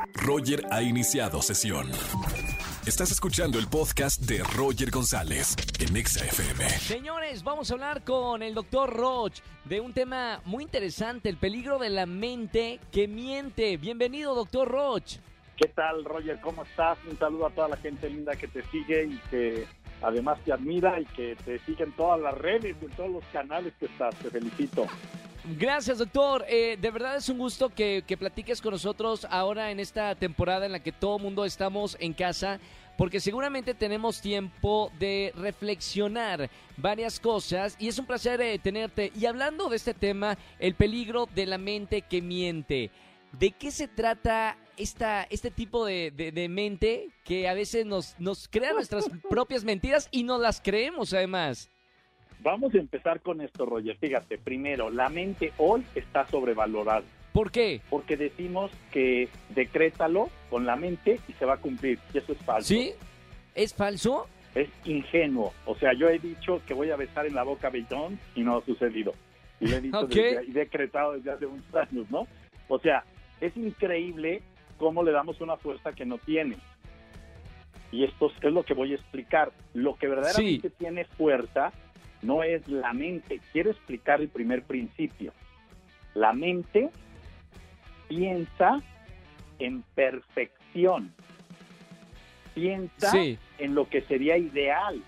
Roger ha iniciado sesión. Estás escuchando el podcast de Roger González en Exa FM. Señores, vamos a hablar con el doctor Roch de un tema muy interesante, el peligro de la mente que miente. Bienvenido, doctor Roch. ¿Qué tal, Roger? ¿Cómo estás? Un saludo a toda la gente linda que te sigue y que además te admira y que te sigue en todas las redes, en todos los canales que estás. Te felicito. Gracias, doctor. De verdad es un gusto que platiques con nosotros ahora en esta temporada en la que todo mundo estamos en casa, porque seguramente tenemos tiempo de reflexionar varias cosas y es un placer tenerte. Y hablando de este tema, el peligro de la mente que miente, ¿de qué se trata este tipo de mente que a veces nos crea nuestras propias mentiras y no las creemos además? Vamos a empezar con esto, Roger. Fíjate, primero, la mente hoy está sobrevalorada. ¿Por qué? Porque decimos que decrétalo con la mente y se va a cumplir. Y eso es falso. ¿Sí? ¿Es falso? Es ingenuo. O sea, yo he dicho que voy a besar en la boca a Beethoven y no ha sucedido. Y lo he dicho y decretado desde hace muchos años, ¿no? O sea, es increíble cómo le damos una fuerza que no tiene. Y esto es lo que voy a explicar. Lo que verdaderamente tiene fuerza no es la mente. Quiero explicar el primer principio. La mente piensa en perfección. Piensa en lo que sería ideal.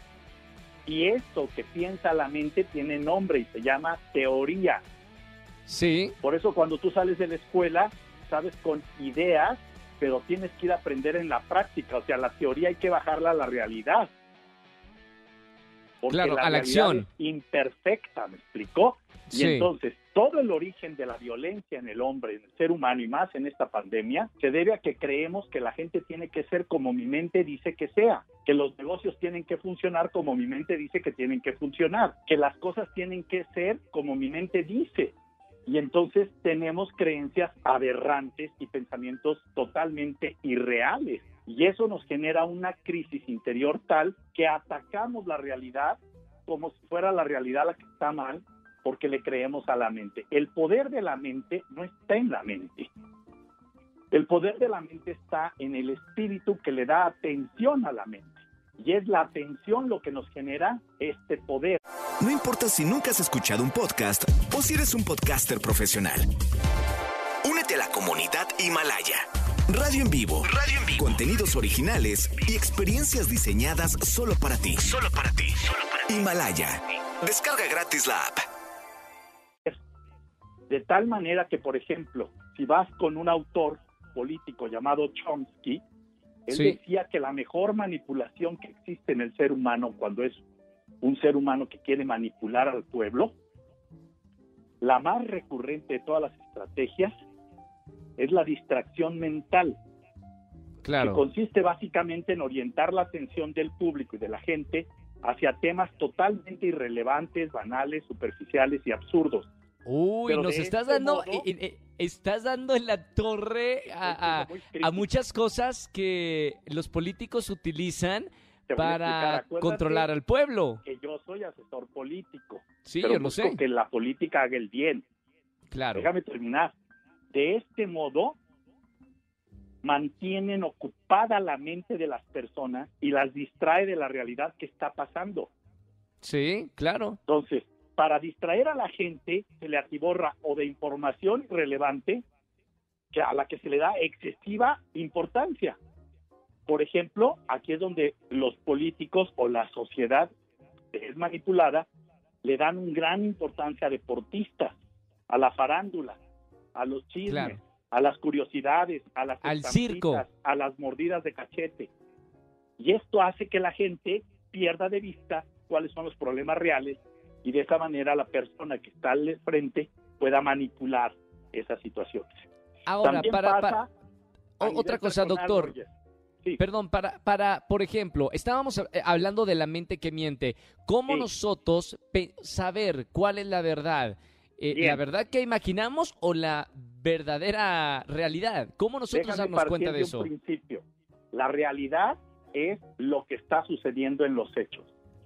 Y eso que piensa la mente tiene nombre y se llama teoría. Sí. Por eso cuando tú sales de la escuela, sabes con ideas, pero tienes que ir a aprender en la práctica. O sea, la teoría hay que bajarla a la realidad. Porque claro, a la acción acción. Es imperfecta, ¿me explicó? Y entonces, todo el origen de la violencia en el hombre, en el ser humano y más en esta pandemia, se debe a que creemos que la gente tiene que ser como mi mente dice que sea, que los negocios tienen que funcionar como mi mente dice que tienen que funcionar, que las cosas tienen que ser como mi mente dice. Y entonces tenemos creencias aberrantes y pensamientos totalmente irreales. Y eso nos genera una crisis interior tal que atacamos la realidad como si fuera la realidad la que está mal, porque le creemos a la mente. El poder de la mente no está en la mente. El poder de la mente está en el espíritu que le da atención a la mente. Y es la atención lo que nos genera este poder. No importa si nunca has escuchado un podcast o si eres un podcaster profesional. Únete a la comunidad Himalaya. Radio en vivo. Contenidos originales y experiencias diseñadas solo para ti. Himalaya. Descarga gratis la app. De tal manera que, por ejemplo, si vas con un autor político llamado Chomsky, él decía que la mejor manipulación que existe en el ser humano, cuando es un ser humano que quiere manipular al pueblo, la más recurrente de todas las estrategias es la distracción mental. Claro. Que consiste básicamente en orientar la atención del público y de la gente hacia temas totalmente irrelevantes, banales, superficiales y absurdos. Uy, pero nos estás dando, estás dando en la torre a muchas cosas que los políticos utilizan para controlar al pueblo. Que yo soy asesor político. Sí, pero yo lo sé. Que la política haga el bien. Claro. Déjame terminar. De este modo, mantienen ocupada la mente de las personas y las distrae de la realidad que está pasando. Sí, claro. Entonces, para distraer a la gente, se le atiborra o de información irrelevante, que a la que se le da excesiva importancia. Por ejemplo, aquí es donde los políticos o la sociedad es manipulada, le dan una gran importancia a deportistas, a la farándula, a los chismes, a las curiosidades, a las al circo, a las mordidas de cachete. Y esto hace que la gente pierda de vista cuáles son los problemas reales y de esa manera la persona que está al frente pueda manipular esas situaciones. Ahora, otra cosa, doctor. Sí. Perdón, por ejemplo, estábamos hablando de la mente que miente. ¿Cómo nosotros saber cuál es la verdad? ¿La verdad que imaginamos o la verdadera realidad? ¿Cómo nosotros darnos cuenta de eso? Principio. La realidad es lo que está sucediendo en los hechos,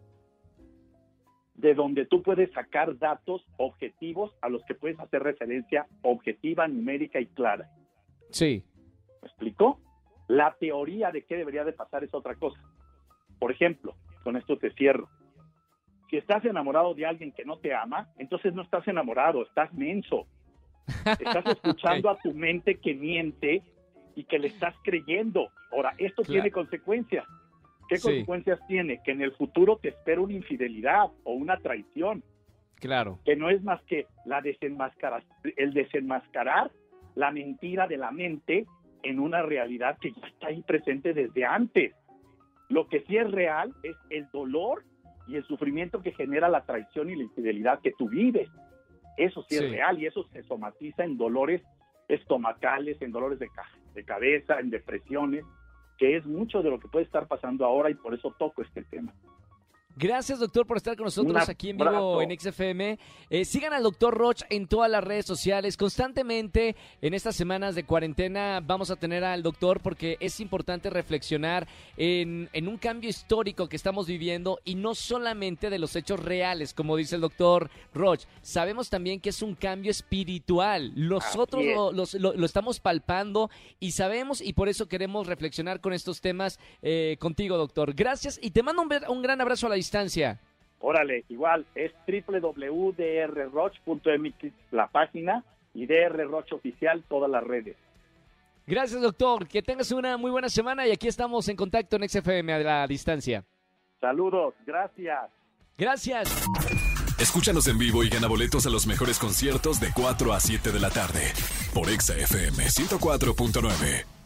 de donde tú puedes sacar datos objetivos a los que puedes hacer referencia objetiva, numérica y clara. Sí. ¿Me explico? La teoría de qué debería de pasar es otra cosa. Por ejemplo, con esto te cierro. Si estás enamorado de alguien que no te ama, entonces no estás enamorado, estás menso. Estás escuchando a tu mente que miente y que le estás creyendo. Ahora, esto tiene consecuencias. ¿Qué consecuencias tiene? Que en el futuro te espera una infidelidad o una traición. Claro. Que no es más que el desenmascarar la mentira de la mente en una realidad que ya está ahí presente desde antes. Lo que sí es real es el dolor y el sufrimiento que genera la traición y la infidelidad que tú vives. Eso sí es real y eso se somatiza en dolores estomacales, en dolores de cabeza, en depresiones, que es mucho de lo que puede estar pasando ahora y por eso toco este tema. Gracias, doctor, por estar con nosotros aquí en vivo en XFM. Sigan al doctor Roch en todas las redes sociales. Constantemente en estas semanas de cuarentena vamos a tener al doctor porque es importante reflexionar en un cambio histórico que estamos viviendo y no solamente de los hechos reales, como dice el doctor Roch. Sabemos también que es un cambio espiritual. Nosotros lo estamos palpando y sabemos, y por eso queremos reflexionar con estos temas contigo, doctor. Gracias y te mando un gran abrazo a la distancia. Órale, igual, es www.drroch.mx la página y DR Roch Oficial, todas las redes. Gracias, doctor. Que tengas una muy buena semana y aquí estamos en contacto en XFM a la distancia. Saludos, gracias. Gracias. Escúchanos en vivo y gana boletos a los mejores conciertos de 4 a 7 de la tarde por XFM 104.9.